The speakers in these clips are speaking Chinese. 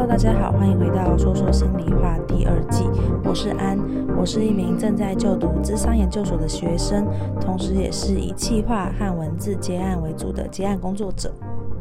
Hello， 大家好，欢迎回到说说心里话第2季，我是安，我是一名正在就读諮商研究所的学生，同时也是以企划和文字接案为主的接案工作者。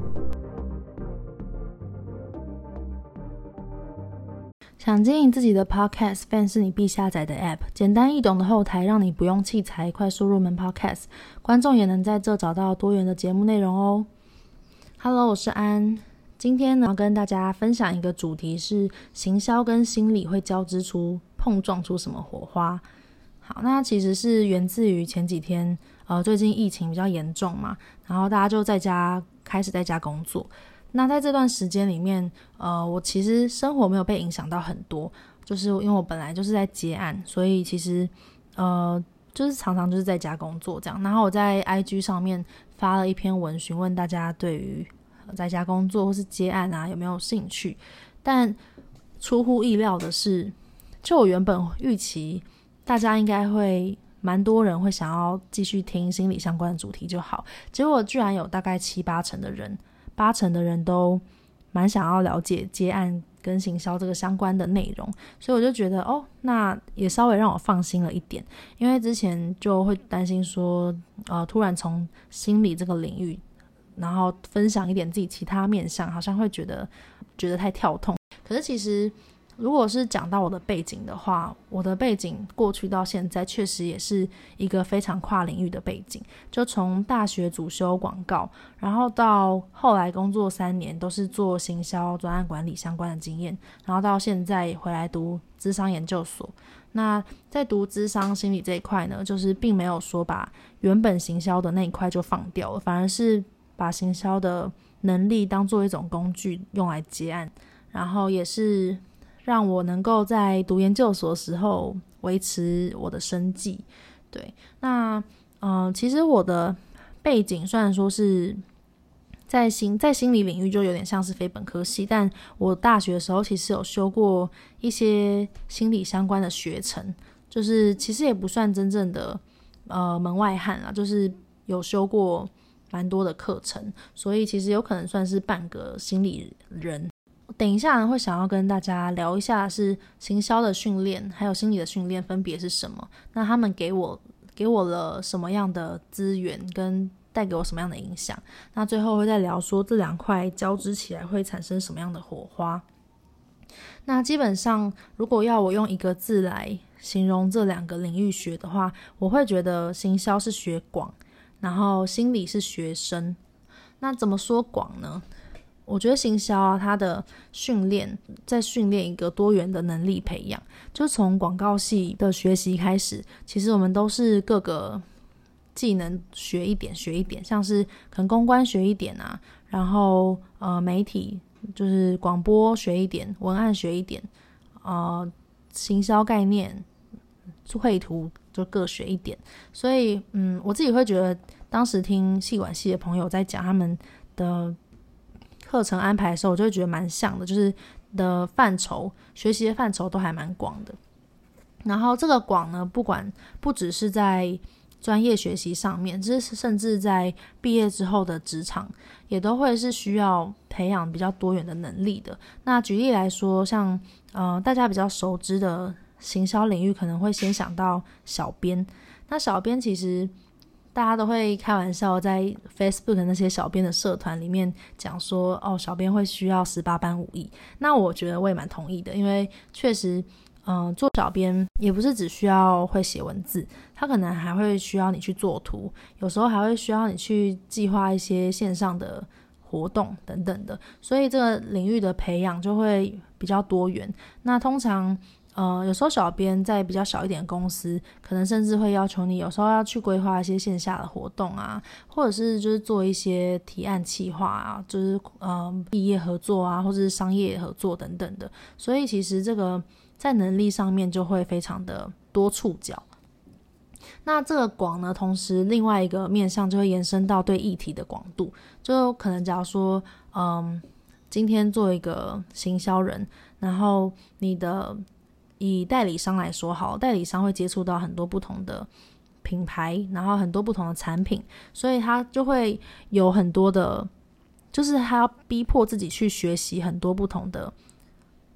想经营自己的 Podcast， Fan 是你必下载的 App， 简单易懂的后台，让你不用器材，快速入门 Podcast， 观众也能在这找到多元的节目内容哦。Hello， 我是安，今天呢要跟大家分享一个主题是行销跟心理会交织出碰撞出什么火花。好，那其实是源自于前几天最近疫情比较严重嘛，然后大家就开始在家工作。那在这段时间里面我其实生活没有被影响到很多，就是因为我本来就是在接案，所以其实就是常常就是在家工作这样。然后我在 IG 上面发了一篇文询问大家对于在家工作或是接案啊有没有兴趣，但出乎意料的是，就我原本预期大家应该会蛮多人会想要继续听心理相关的主题就好，结果居然有大概7-8成的人，8成的人都蛮想要了解接案跟行销这个相关的内容，所以我就觉得那也稍微让我放心了一点，因为之前就会担心说突然从心理这个领域然后分享一点自己其他面向，好像会觉得太跳痛。可是其实如果是讲到我的背景的话，我的背景过去到现在确实也是一个非常跨领域的背景，就从大学主修广告，然后到后来工作3年都是做行销专案管理相关的经验，然后到现在回来读諮商研究所。那在读諮商心理这一块呢，就是并没有说把原本行销的那一块就放掉了，反而是把行销的能力当做一种工具用来接案，然后也是让我能够在读研究所的时候维持我的生计。对，那其实我的背景虽然说是在心理领域就有点像是非本科系，但我大学的时候其实有修过一些心理相关的学程，就是其实也不算真正的门外汉啦，就是有修过蛮多的课程，所以其实有可能算是半个心理人。等一下呢会想要跟大家聊一下是行销的训练还有心理的训练分别是什么，那他们给我了什么样的资源跟带给我什么样的影响，那最后会再聊说这2块交织起来会产生什么样的火花。那基本上如果要我用一个字来形容这2个领域学的话，我会觉得行销是学广，然后心理是学深。那怎么说广呢？我觉得行销它的训练在训练一个多元的能力培养，就从广告系的学习开始，其实我们都是各个技能学一点，像是可能公关学一点啊，然后媒体就是广播学一点，文案学一点，行销概念绘图就各学一点。所以我自己会觉得当时听企管系的朋友在讲他们的课程安排的时候，我就会觉得蛮像的，就是的范畴学习的范畴都还蛮广的。然后这个广呢，不只是在专业学习上面，甚至在毕业之后的职场也都会是需要培养比较多元的能力的。那举例来说，像大家比较熟知的行销领域，可能会先想到小编。那小编其实大家都会开玩笑，在 Facebook 的那些小编的社团里面讲说小编会需要18般武艺。那我觉得我也蛮同意的，因为确实做小编也不是只需要会写文字，他可能还会需要你去做图，有时候还会需要你去计划一些线上的活动等等的，所以这个领域的培养就会比较多元。那通常有时候小编在比较小一点的公司，可能甚至会要求你有时候要去规划一些线下的活动啊，或者是就是做一些提案企划啊，就是异业合作啊，或者是商业合作等等的。所以其实这个在能力上面就会非常的多触角。那这个广呢，同时另外一个面向就会延伸到对议题的广度，就可能假如说今天做一个行销人，然后以代理商来说好，代理商会接触到很多不同的品牌，然后很多不同的产品，所以他就会有很多的，就是他要逼迫自己去学习很多不同的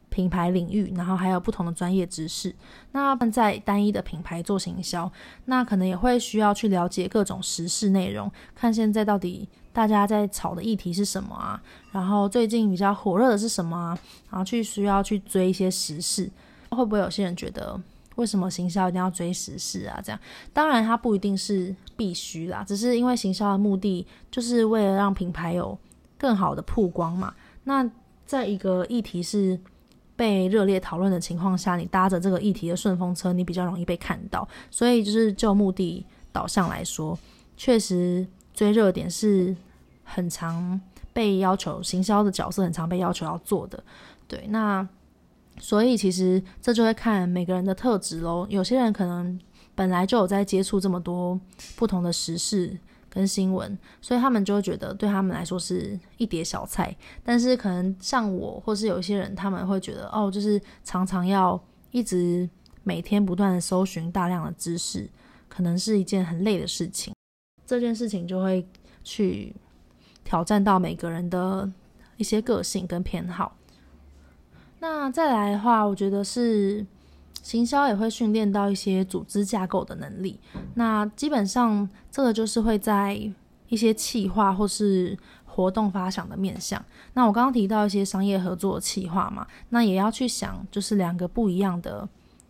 品牌领域，然后还有不同的专业知识。那在单一的品牌做行销，那可能也会需要去了解各种时事内容，看现在到底大家在炒的议题是什么啊，然后最近比较火热的是什么啊，然后需要去追一些时事。会不会有些人觉得为什么行销一定要追时事啊？这样当然它不一定是必须啦，只是因为行销的目的就是为了让品牌有更好的曝光嘛。那在一个议题是被热烈讨论的情况下，你搭着这个议题的顺风车，你比较容易被看到。所以就是就目的导向来说，确实追热点是很常被要求，行销的角色很常被要求要做的。对，那所以其实这就会看每个人的特质咯。有些人可能本来就有在接触这么多不同的时事跟新闻，所以他们就会觉得对他们来说是一碟小菜。但是可能像我或是有一些人，他们会觉得就是常常要一直每天不断的搜寻大量的知识，可能是一件很累的事情。这件事情就会去挑战到每个人的一些个性跟偏好。那再来的话，我觉得是行销也会训练到一些组织架构的能力。那基本上这个就是会在一些企划或是活动发想的面向。那我刚刚提到一些商业合作的企划嘛，那也要去想就是两个不一样的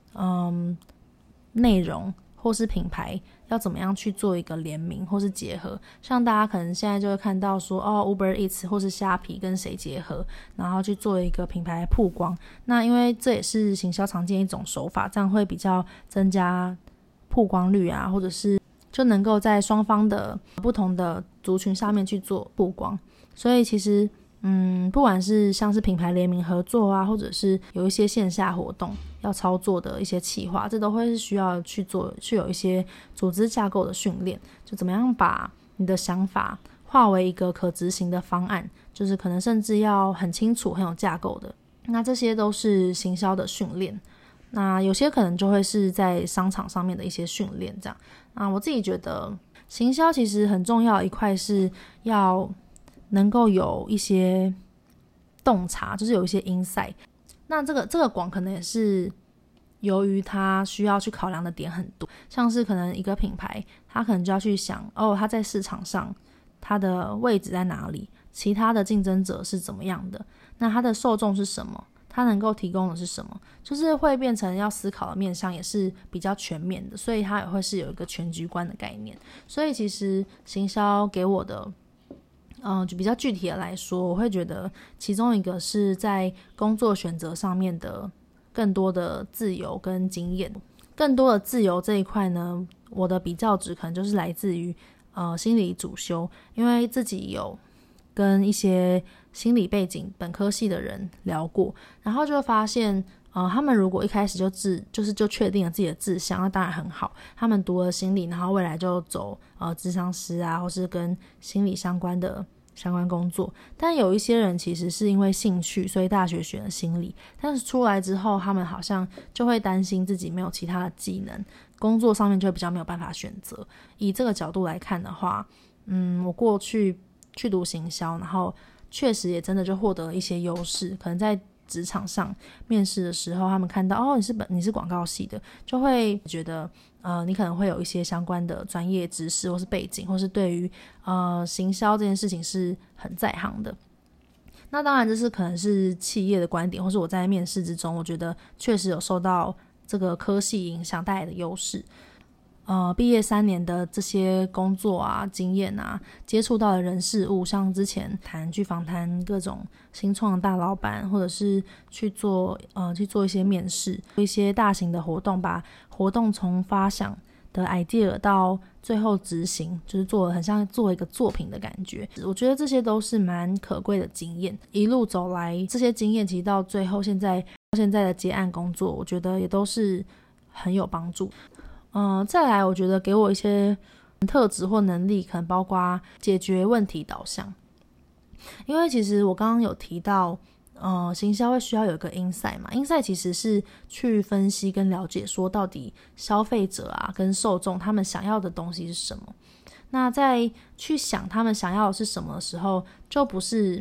内容或是品牌要怎么样去做一个联名或是结合。像大家可能现在就会看到说Uber Eats 或是虾皮跟谁结合，然后去做一个品牌曝光。那因为这也是行销常见一种手法，这样会比较增加曝光率啊，或者是就能够在双方的不同的族群上面去做曝光。所以其实不管是像是品牌联名合作啊，或者是有一些线下活动要操作的一些企划，这都会是需要去做，去有一些组织架构的训练，就怎么样把你的想法化为一个可执行的方案，就是可能甚至要很清楚很有架构的。那这些都是行销的训练。那有些可能就会是在商场上面的一些训练这样。那我自己觉得行销其实很重要的一块是要能够有一些洞察，就是有一些 insight。 那这个广可能也是由于它需要去考量的点很多，像是可能一个品牌它可能就要去想它在市场上它的位置在哪里，其他的竞争者是怎么样的，那它的受众是什么，它能够提供的是什么，就是会变成要思考的面向也是比较全面的，所以它也会是有一个全局观的概念。所以其实行销给我的就比较具体的来说，我会觉得其中一个是在工作选择上面的更多的自由跟经验。更多的自由这一块呢，我的比较值可能就是来自于心理主修，因为自己有跟一些心理背景本科系的人聊过，然后就会发现他们如果一开始就确定了自己的志向，那当然很好，他们读了心理，然后未来就走諮商师啊，或是跟心理相关工作。但有一些人其实是因为兴趣，所以大学选了心理，但是出来之后他们好像就会担心自己没有其他的技能，工作上面就会比较没有办法选择。以这个角度来看的话，我过去读行销，然后确实也真的就获得了一些优势，可能在职场上面试的时候，他们看到你是广告系的，就会觉得你可能会有一些相关的专业知识或是背景，或是对于行销这件事情是很在行的。那当然这是可能是企业的观点，或是我在面试之中我觉得确实有受到这个科系影响带来的优势。毕业3年的这些工作啊经验啊，接触到的人事物，像之前去访谈各种新创的大老板，或者是去做一些面试，一些大型的活动，把活动从发想的 idea 到最后执行，就是很像做一个作品的感觉。我觉得这些都是蛮可贵的经验，一路走来这些经验其实到最后现在的接案工作，我觉得也都是很有帮助。再来我觉得给我一些特质或能力，可能包括解决问题导向。因为其实我刚刚有提到行销会需要有一个 insight 嘛， insight 其实是去分析跟了解说到底消费者啊跟受众他们想要的东西是什么。那在去想他们想要的是什么的时候，就不是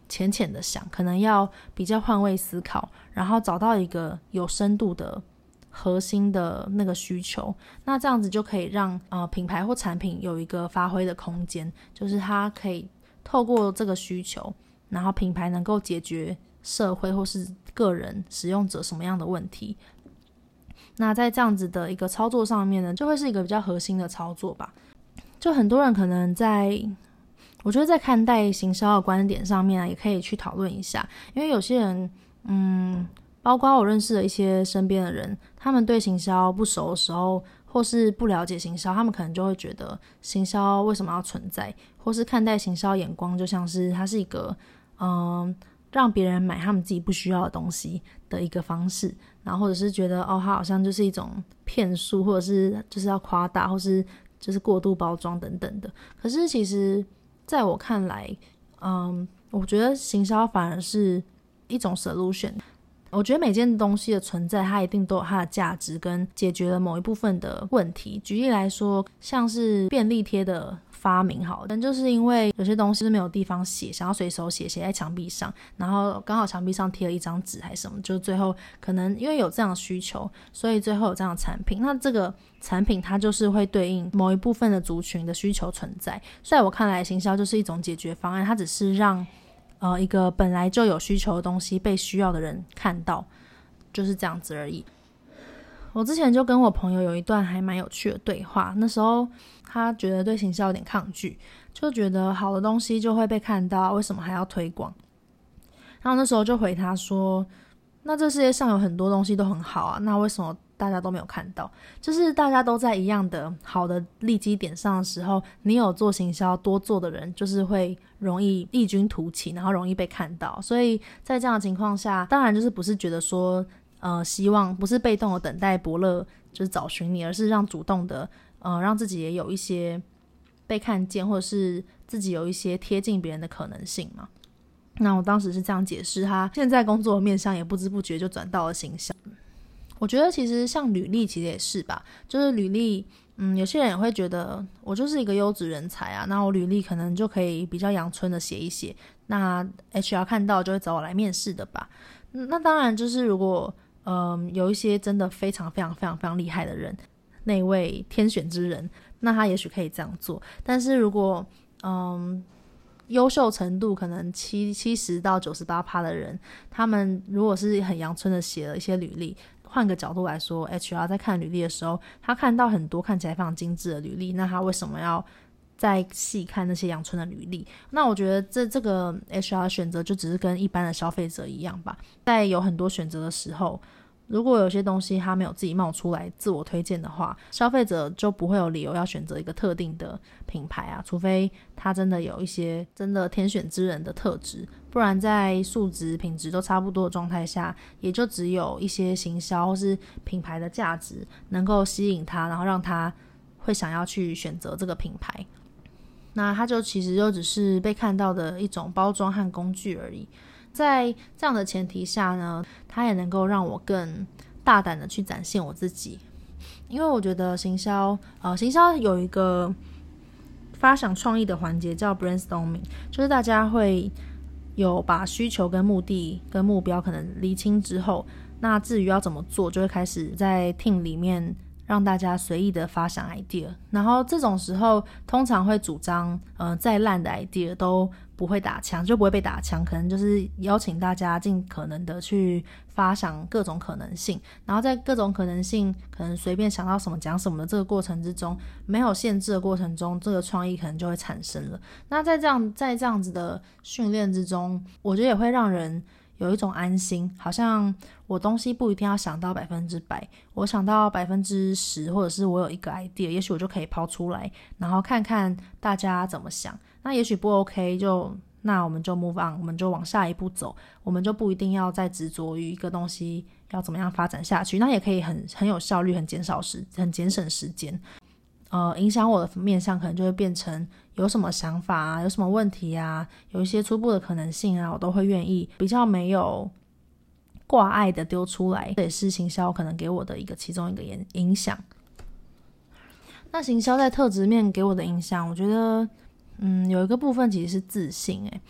浅浅的想，可能要比较换位思考，然后找到一个有深度的核心的那个需求，那这样子就可以让品牌或产品有一个发挥的空间，就是它可以透过这个需求，然后品牌能够解决社会或是个人使用者什么样的问题。那在这样子的一个操作上面呢，就会是一个比较核心的操作吧。就很多人可能我觉得在看待行销的观点上面也可以去讨论一下，因为有些人包括我认识的一些身边的人，他们对行销不熟的时候，或是不了解行销，他们可能就会觉得行销为什么要存在，或是看待行销眼光就像是它是一个让别人买他们自己不需要的东西的一个方式，然后或者是觉得它好像就是一种骗术，或者是就是要夸大，或是就是过度包装等等的。可是其实在我看来我觉得行销反而是一种 solution。我觉得每件东西的存在，它一定都有它的价值跟解决了某一部分的问题。举例来说，像是便利贴的发明好了，就是因为有些东西是没有地方写，想要随手写在墙壁上，然后刚好墙壁上贴了一张纸还是什么，就最后可能因为有这样的需求，所以最后有这样的产品。那这个产品它就是会对应某一部分的族群的需求存在。在我看来，行销就是一种解决方案，它只是让一个本来就有需求的东西被需要的人看到，就是这样子而已。我之前就跟我朋友有一段还蛮有趣的对话，那时候他觉得对行销有点抗拒，就觉得好的东西就会被看到，为什么还要推广？然后那时候就回他说，那这世界上有很多东西都很好啊，那为什么大家都没有看到？就是大家都在一样的好的利基点上的时候，你有做行销多做的人就是会容易异军突起，然后容易被看到。所以在这样的情况下，当然就是不是觉得说希望不是被动的等待伯乐就是找寻你，而是让主动的让自己也有一些被看见，或者是自己有一些贴近别人的可能性嘛。那我当时是这样解释，他现在工作的面向也不知不觉就转到了行销。我觉得其实像履历其实也是吧，就是履历有些人也会觉得我就是一个优质人才啊，那我履历可能就可以比较阳春的写一写，那 HR 看到就会找我来面试的吧。那当然就是如果有一些真的非常非常非常非常厉害的人，那位天选之人，那他也许可以这样做。但是如果优秀程度可能70%到98%的人，他们如果是很阳春的写了一些履历，换个角度来说， HR 在看履历的时候，他看到很多看起来非常精致的履历，那他为什么要再细看那些阳春的履历？那我觉得这个 HR 选择就只是跟一般的消费者一样吧，在有很多选择的时候，如果有些东西他没有自己冒出来自我推荐的话，消费者就不会有理由要选择一个特定的品牌啊，除非他真的有一些真的天选之人的特质，不然在素质品质都差不多的状态下，也就只有一些行销或是品牌的价值能够吸引他，然后让他会想要去选择这个品牌。那它就其实就只是被看到的一种包装和工具而已。在这样的前提下呢，它也能够让我更大胆的去展现我自己。因为我觉得行销有一个发想创意的环节叫 brainstorming， 就是大家会有把需求跟目的跟目标可能厘清之后，那至于要怎么做，就会开始在 team 里面让大家随意的发想 idea， 然后这种时候通常会主张再烂的 idea 都不会打枪，就不会被打枪，可能就是邀请大家尽可能的去发想各种可能性，然后在各种可能性可能随便想到什么讲什么的这个过程之中，没有限制的过程中，这个创意可能就会产生了。那在这样子的训练之中，我觉得也会让人有一种安心，好像我东西不一定要想到100%，我想到10%，或者是我有一个 idea， 也许我就可以抛出来，然后看看大家怎么想。那也许不 OK， 那我们就 move on， 我们就往下一步走，我们就不一定要再执着于一个东西要怎么样发展下去，那也可以很有效率，很减省时间。影响我的面向可能就会变成有什么想法啊，有什么问题啊，有一些初步的可能性啊，我都会愿意比较没有挂碍的丢出来，这也是行销可能给我的其中一个影响。那行销在特质面给我的影响，我觉得有一个部分其实是自信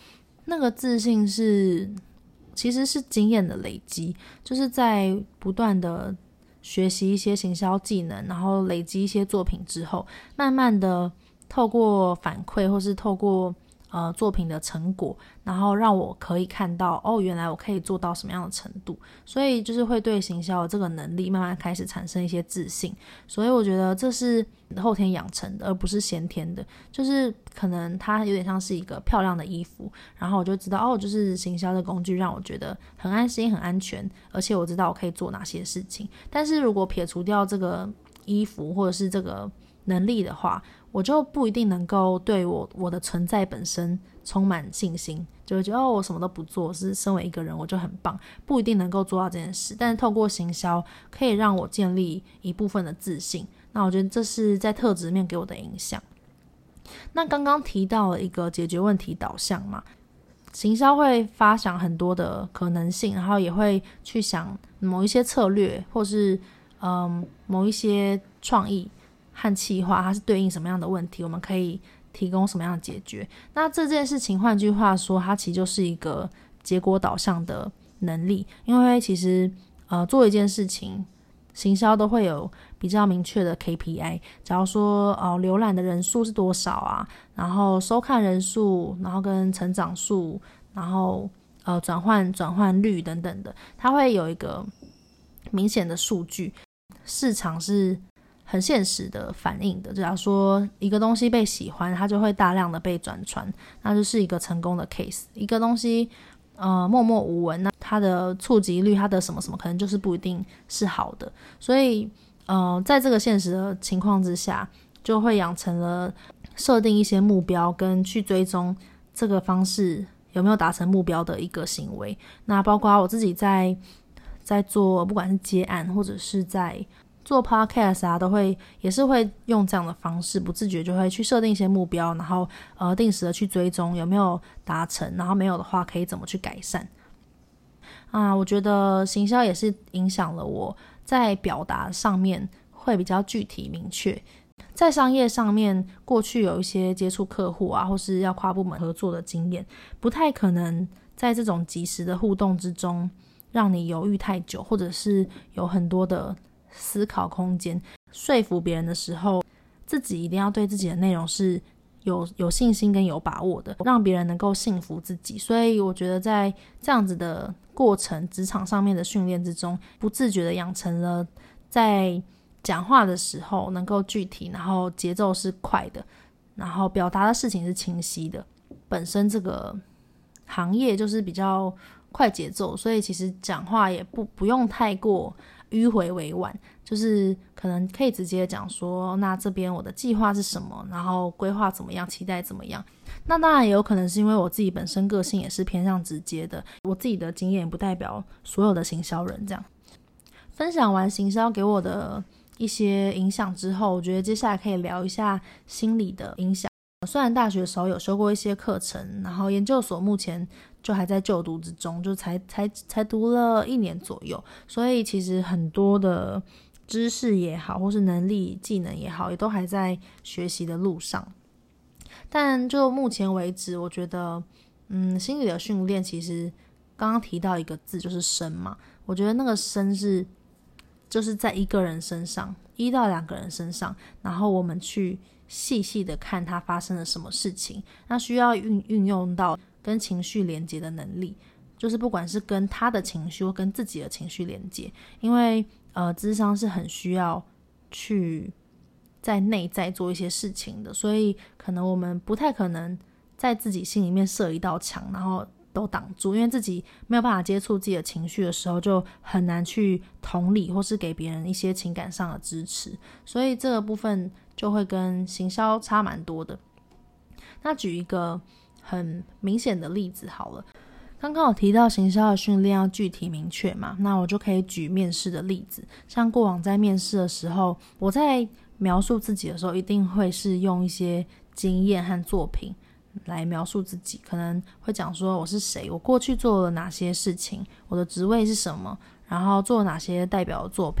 那个自信其实是经验的累积，就是在不断的学习一些行销技能，然后累积一些作品之后，慢慢的透过反馈或是透过作品的成果，然后让我可以看到原来我可以做到什么样的程度，所以就是会对行销的这个能力慢慢开始产生一些自信。所以我觉得这是后天养成的，而不是先天的，就是可能它有点像是一个漂亮的衣服，然后我就知道就是行销的工具让我觉得很安心很安全，而且我知道我可以做哪些事情。但是如果撇除掉这个衣服或者是这个能力的话，我就不一定能够对我的存在本身充满信心，就会觉得我什么都不做，是身为一个人我就很棒，不一定能够做到这件事。但是透过行销可以让我建立一部分的自信，那我觉得这是在特质面给我的影响。那刚刚提到了一个解决问题导向嘛，行销会发想很多的可能性，然后也会去想某一些策略或是某一些创意和企划，它是对应什么样的问题，我们可以提供什么样的解决。那这件事情换句话说，它其实就是一个结果导向的能力，因为其实做一件事情，行销都会有比较明确的 KPI， 假如说浏览的人数是多少啊，然后收看人数，然后跟成长数，然后转换率等等的，它会有一个明显的数据，市场是很现实的反应的。假如说一个东西被喜欢，它就会大量的被转传，那就是一个成功的 case。一个东西默默无闻，那它的触及率，它的什么什么可能就是不一定是好的。所以在这个现实的情况之下，就会养成了设定一些目标跟去追踪这个方式有没有达成目标的一个行为。那包括我自己在做，不管是接案或者是在做 podcast 啊，也是会用这样的方式，不自觉就会去设定一些目标，然后定时的去追踪有没有达成，然后没有的话可以怎么去改善。我觉得行销也是影响了我在表达上面会比较具体明确。在商业上面，过去有一些接触客户啊，或是要跨部门合作的经验，不太可能在这种即时的互动之中让你犹豫太久，或者是有很多的思考空间。说服别人的时候，自己一定要对自己的内容是有信心跟有把握的，让别人能够信服自己。所以我觉得在这样子的过程，职场上面的训练之中，不自觉的养成了在讲话的时候能够具体，然后节奏是快的，然后表达的事情是清晰的。本身这个行业就是比较快节奏，所以其实讲话也不用太过迂回委婉，就是可能可以直接讲说，那这边我的计划是什么，然后规划怎么样，期待怎么样。那当然也有可能是因为我自己本身个性也是偏向直接的，我自己的经验也不代表所有的行销人这样。分享完行销给我的一些影响之后，我觉得接下来可以聊一下心理的影响。虽然大学的时候有修过一些课程，然后研究所目前就还在就读之中，就才读了1年左右，所以其实很多的知识也好，或是能力技能也好，也都还在学习的路上。但就目前为止，我觉得心理的训练其实刚刚提到一个字，就是深嘛。我觉得那个深就是在一个人身上，1到2个人身上，然后我们去细细的看他发生了什么事情，那需要运用到跟情绪连接的能力，就是不管是跟他的情绪或跟自己的情绪连接，因为諮商是很需要去在内在做一些事情的，所以可能我们不太可能在自己心里面设一道墙，然后都挡住，因为自己没有办法接触自己的情绪的时候，就很难去同理或是给别人一些情感上的支持，所以这个部分就会跟行销差蛮多的。那举一个很明显的例子好了，刚刚有提到行销的训练要具体明确嘛，那我就可以举面试的例子。像过往在面试的时候，我在描述自己的时候，一定会是用一些经验和作品来描述自己，可能会讲说我是谁，我过去做了哪些事情，我的职位是什么，然后做了哪些代表的作品，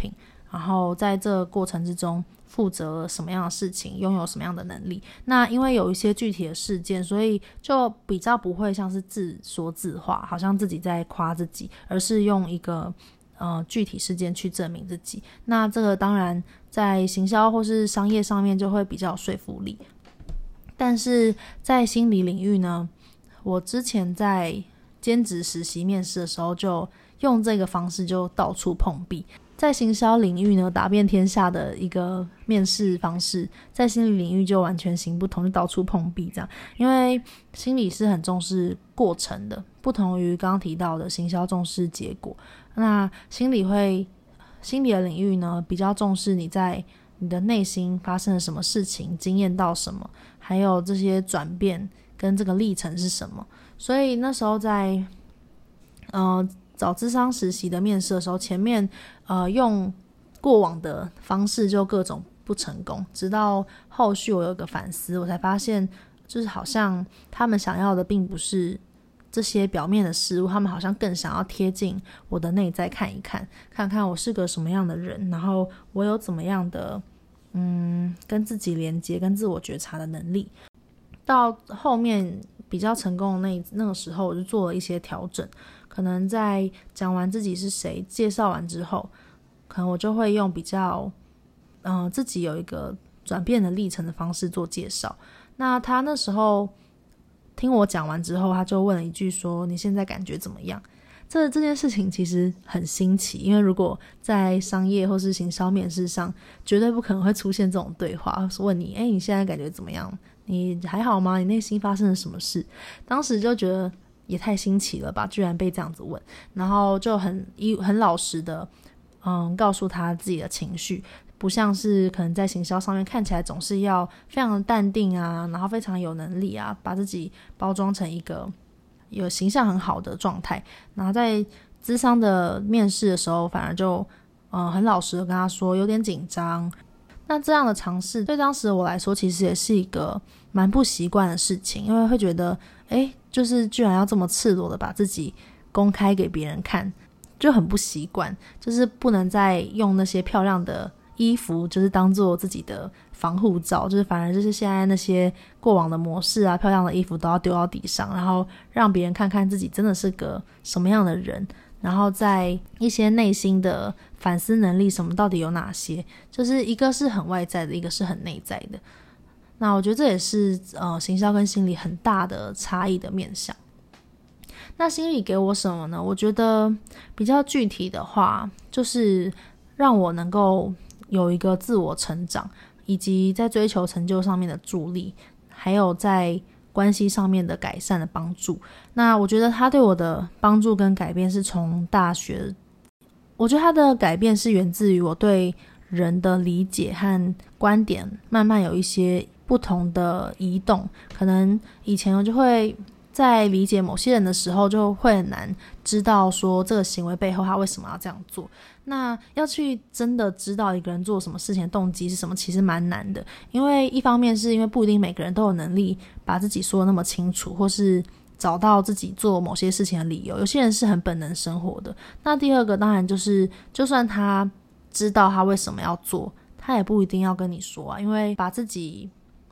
然后在这个过程之中负责什么样的事情，拥有什么样的能力。那因为有一些具体的事件，所以就比较不会像是自说自话，好像自己在夸自己，而是用一个具体事件去证明自己。那这个当然在行销或是商业上面就会比较有说服力。但是在心理领域呢，我之前在兼职实习面试的时候就用这个方式，就到处碰壁。在行销领域呢，打遍天下的一个面试方式，在心理领域就完全行不通，就到处碰壁这样。因为心理是很重视过程的，不同于刚刚提到的行销重视结果。那心理的领域呢，比较重视你在你的内心发生了什么事情，经验到什么，还有这些转变跟这个历程是什么。所以那时候在找諮商实习的面试的时候，前面用过往的方式就各种不成功，直到后续我有一个反思，我才发现就是好像他们想要的并不是这些表面的事物，他们好像更想要贴近我的内在看一看，看看我是个什么样的人，然后我有怎么样的跟自己连接跟自我觉察的能力。到后面比较成功的那个时候，我就做了一些调整，可能在讲完自己是谁介绍完之后，可能我就会用比较自己有一个转变的历程的方式做介绍。那他那时候听我讲完之后，他就问了一句说，你现在感觉怎么样？这件事情其实很新奇，因为如果在商业或是行销面试上，绝对不可能会出现这种对话，问你你现在感觉怎么样？你还好吗？你内心发生了什么事？当时就觉得也太新奇了吧，居然被这样子问，然后就很老实的告诉他自己的情绪，不像是可能在行销上面看起来总是要非常的淡定啊，然后非常有能力啊，把自己包装成一个有形象很好的状态。然后在諮商的面试的时候，反而就很老实的跟他说有点紧张。那这样的尝试对当时的我来说其实也是一个蛮不习惯的事情，因为会觉得就是居然要这么赤裸的把自己公开给别人看，就很不习惯，就是不能再用那些漂亮的衣服就是当做自己的防护罩，就是反而就是现在那些过往的模式啊，漂亮的衣服都要丢到地上，然后让别人看看自己真的是个什么样的人，然后在一些内心的反思能力什么到底有哪些，就是一个是很外在的，一个是很内在的。那我觉得这也是行销跟心理很大的差异的面向。那心理给我什么呢？我觉得比较具体的话，就是让我能够有一个自我成长，以及在追求成就上面的助力，还有在关系上面的改善的帮助。那我觉得他对我的帮助跟改变是从大学，我觉得他的改变是源自于我对人的理解和观点慢慢有一些不同的移动。可能以前我就会在理解某些人的时候，就会很难知道说这个行为背后他为什么要这样做。那要去真的知道一个人做什么事情的动机是什么，其实蛮难的。因为一方面是因为不一定每个人都有能力把自己说得那么清楚，或是找到自己做某些事情的理由，有些人是很本能生活的。那第二个当然就是就算他知道他为什么要做，他也不一定要跟你说啊，因为把自己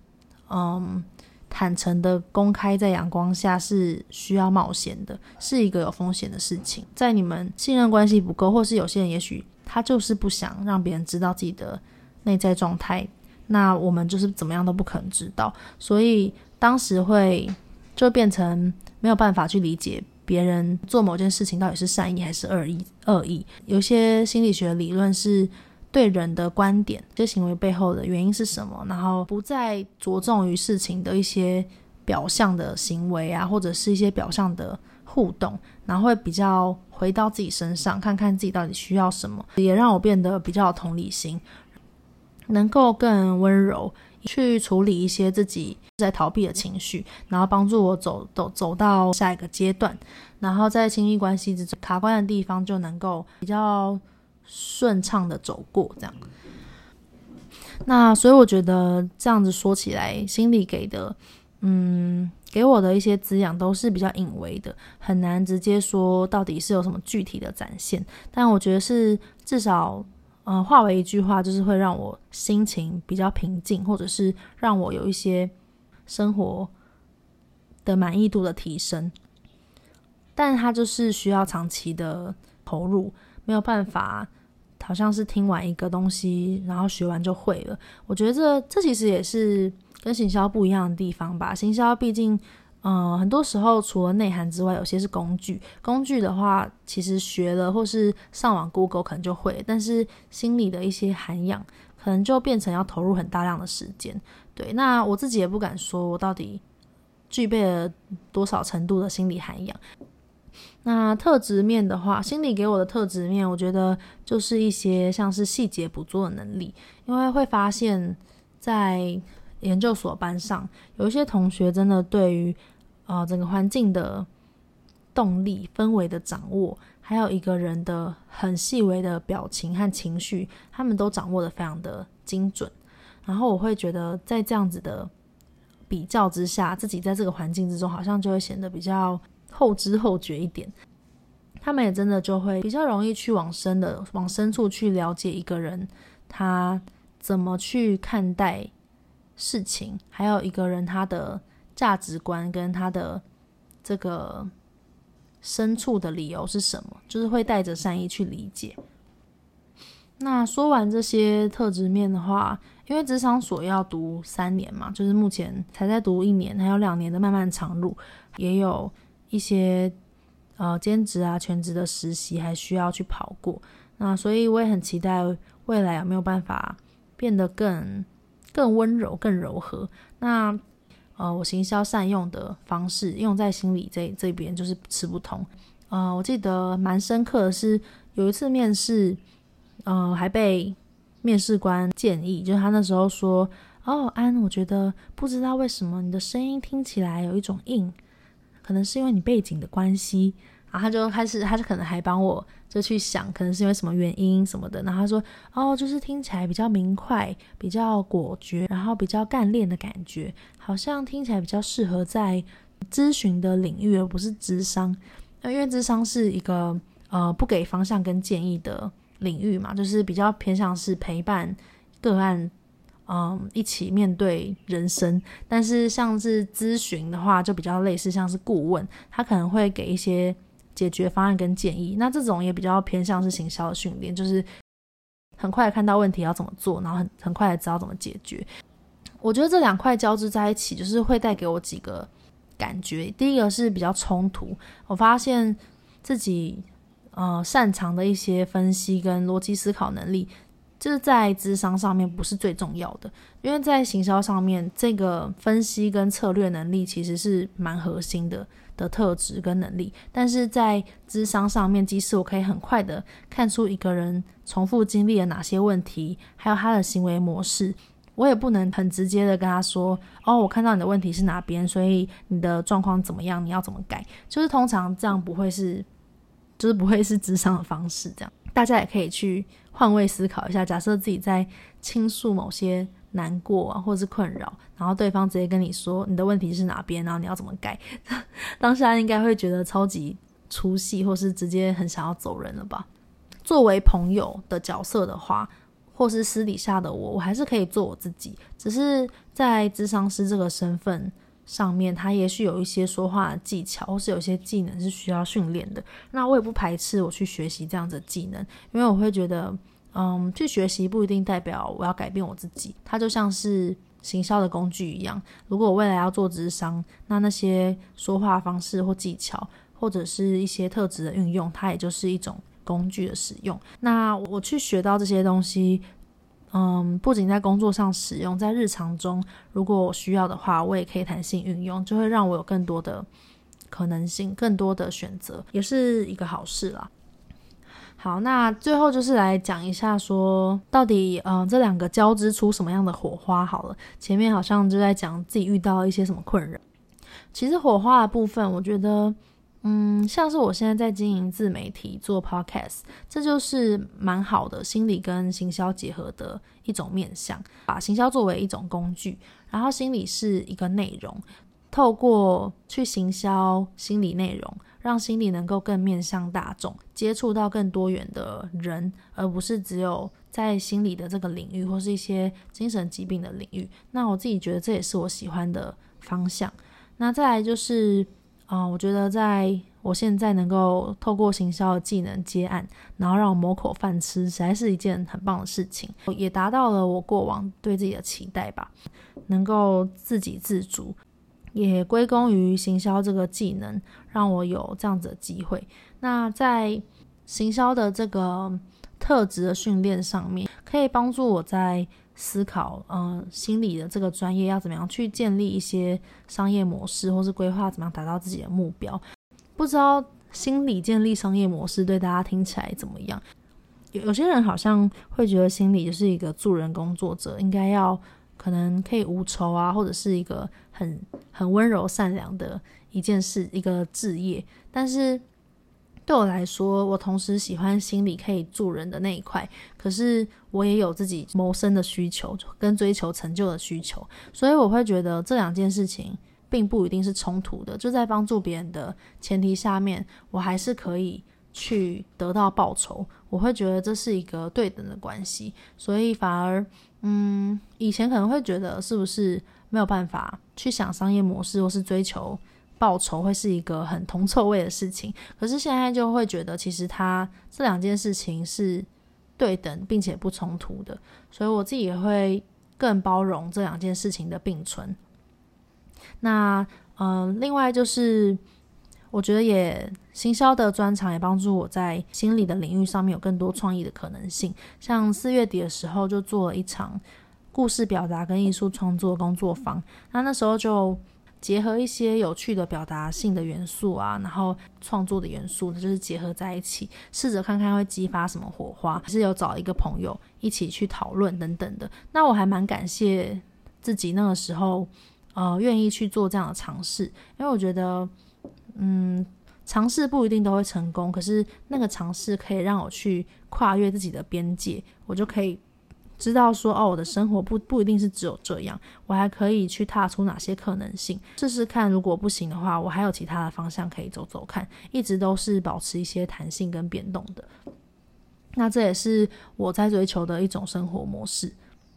坦诚的公开在阳光下是需要冒险的，是一个有风险的事情。在你们信任关系不够，或是有些人也许他就是不想让别人知道自己的内在状态，那我们就是怎么样都不可能知道。所以当时会就变成没有办法去理解别人做某件事情到底是善意还是恶意。有些心理学理论是对人的观点，这行为背后的原因是什么，然后不再着重于事情的一些表象的行为啊，或者是一些表象的互动，然后会比较回到自己身上，看看自己到底需要什么，也让我变得比较有同理心，能够更温柔去处理一些自己在逃避的情绪，然后帮助我走到下一个阶段，然后在亲密关系之中卡关的地方就能够比较顺畅的走过这样。那所以我觉得这样子说起来，心理给我的一些滋养都是比较隐微的，很难直接说到底是有什么具体的展现，但我觉得是至少化为一句话，就是会让我心情比较平静，或者是让我有一些生活的满意度的提升。但它就是需要长期的投入，没有办法好像是听完一个东西然后学完就会了。我觉得这其实也是跟行销不一样的地方吧。行销毕竟很多时候除了内涵之外，有些是工具的话其实学了或是上网 Google 可能就会，但是心理的一些涵养可能就变成要投入很大量的时间。对，那我自己也不敢说我到底具备了多少程度的心理涵养。那特质面的话，心理给我的特质面，我觉得就是一些像是细节捕捉的能力。因为会发现在研究所班上有一些同学真的对于整个环境的动力氛围的掌握，还有一个人的很细微的表情和情绪，他们都掌握得非常的精准。然后我会觉得在这样子的比较之下，自己在这个环境之中好像就会显得比较后知后觉一点。他们也真的就会比较容易去往深处去了解一个人他怎么去看待事情，还有一个人他的价值观跟他的这个深处的理由是什么，就是会带着善意去理解。那说完这些特质面的话，因为諮商所要读3年嘛，就是目前才在读1年，还有2年的漫漫长路，也有一些兼职啊全职的实习还需要去跑过。那所以我也很期待未来有没有办法变得更温柔更柔和。那我行销善用的方式用在心理这边就是吃不同。我记得蛮深刻的是有一次面试还被面试官建议，就是他那时候说安，我觉得不知道为什么你的声音听起来有一种硬，可能是因为你背景的关系。然后他就可能还帮我就去想可能是因为什么原因什么的。然后他说就是听起来比较明快，比较果决，然后比较干练的感觉，好像听起来比较适合在咨询的领域而不是諮商。因为諮商是一个不给方向跟建议的领域嘛，就是比较偏向是陪伴个案一起面对人生。但是像是咨询的话就比较类似像是顾问，他可能会给一些解决方案跟建议。那这种也比较偏向是行销的训练，就是很快看到问题要怎么做，然后很快的知道怎么解决。我觉得这2块交织在一起就是会带给我几个感觉。第一个是比较冲突，我发现自己擅长的一些分析跟逻辑思考能力就是在諮商上面不是最重要的。因为在行销上面这个分析跟策略能力其实是蛮核心的特质跟能力。但是在諮商上面，即使我可以很快的看出一个人重复经历了哪些问题，还有他的行为模式，我也不能很直接的跟他说我看到你的问题是哪边，所以你的状况怎么样，你要怎么改。就是通常这样不会是諮商的方式。这样大家也可以去换位思考一下，假设自己在倾诉某些难过或是困扰，然后对方直接跟你说你的问题是哪边，然后你要怎么改，当下应该会觉得超级出戏，或是直接很想要走人了吧。作为朋友的角色的话，或是私底下的我还是可以做我自己，只是在諮商师这个身份上面，他也许有一些说话的技巧，或是有些技能是需要训练的。那我也不排斥我去学习这样子的技能，因为我会觉得去学习不一定代表我要改变我自己，它就像是行销的工具一样。如果我未来要做諮商，那些说话方式或技巧或者是一些特质的运用，它也就是一种工具的使用。那我去学到这些东西不仅在工作上使用，在日常中如果我需要的话，我也可以弹性运用，就会让我有更多的可能性，更多的选择，也是一个好事啦。好，那最后就是来讲一下说到底这2个交织出什么样的火花好了。前面好像就在讲自己遇到一些什么困扰，其实火花的部分我觉得像是我现在在经营自媒体做 podcast， 这就是蛮好的心理跟行销结合的一种面向，把行销作为一种工具，然后心理是一个内容，透过去行销心理内容，让心理能够更面向大众，接触到更多元的人，而不是只有在心理的这个领域，或是一些精神疾病的领域。那我自己觉得这也是我喜欢的方向。那再来就是我觉得在我现在能够透过行销的技能接案，然后让我谋口饭吃，实在是一件很棒的事情，也达到了我过往对自己的期待吧，能够自给自足，也归功于行销这个技能，让我有这样子的机会。那在行销的这个特质的训练上面，可以帮助我在思考心理的这个专业要怎么样去建立一些商业模式，或是规划怎么样达到自己的目标。不知道心理建立商业模式对大家听起来怎么样？有些人好像会觉得心理就是一个助人工作者，应该要可能可以无酬啊，或者是一个很温柔善良的一件事，一个志业。但是对我来说，我同时喜欢心理可以助人的那一块，可是我也有自己谋生的需求跟追求成就的需求，所以我会觉得这两件事情并不一定是冲突的，就在帮助别人的前提下面，我还是可以去得到报酬，我会觉得这是一个对等的关系。所以反而以前可能会觉得是不是没有办法去想商业模式或是追求报酬会是一个很铜臭味的事情，可是现在就会觉得其实这两件事情是对等并且不冲突的，所以我自己也会更包容这两件事情的并存。那另外就是我觉得行销的专长也帮助我在心理的领域上面有更多创意的可能性。像4月底的时候就做了一场故事表达跟艺术创作工作坊，那时候就结合一些有趣的表达性的元素啊，然后创作的元素就是结合在一起，试着看看会激发什么火花，是有找一个朋友一起去讨论等等的。那我还蛮感谢自己那个时候愿意去做这样的尝试，因为我觉得尝试不一定都会成功，可是那个尝试可以让我去跨越自己的边界，我就可以知道说我的生活不一定是只有这样，我还可以去踏出哪些可能性，试试看，如果不行的话我还有其他的方向可以走走看，一直都是保持一些弹性跟变动的。那这也是我在追求的一种生活模式。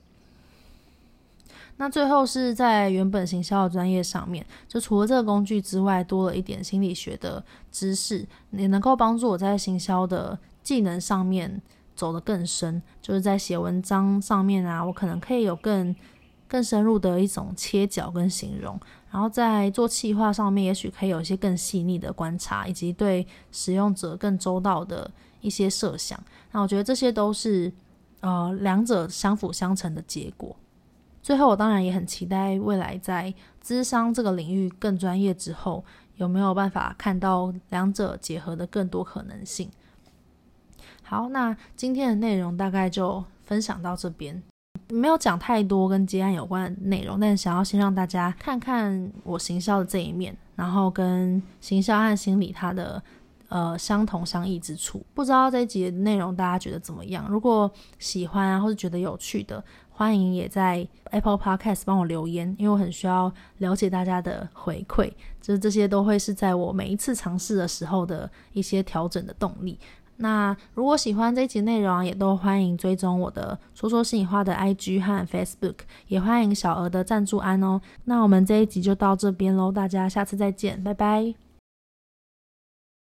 那最后是在原本行销的专业上面，就除了这个工具之外，多了一点心理学的知识，也能够帮助我在行销的技能上面走得更深，就是在写文章上面啊，我可能可以有更深入的一种切角跟形容，然后在做企划上面也许可以有一些更细腻的观察，以及对使用者更周到的一些设想。那我觉得这些都是两者相辅相成的结果。最后我当然也很期待未来在咨商这个领域更专业之后，有没有办法看到两者结合的更多可能性。好，那今天的内容大概就分享到这边，没有讲太多跟接案有关的内容，但想要先让大家看看我行销的这一面，然后跟行销和心理它的相同相异之处。不知道这一集的内容大家觉得怎么样？如果喜欢啊，或者觉得有趣的，欢迎也在 Apple Podcast 帮我留言，因为我很需要了解大家的回馈，就是这些都会是在我每一次尝试的时候的一些调整的动力。那如果喜欢这一集内容也都欢迎追踪我的说说心里话的 IG 和 Facebook， 也欢迎小额的赞助案哦。那我们这一集就到这边咯，大家下次再见，拜拜。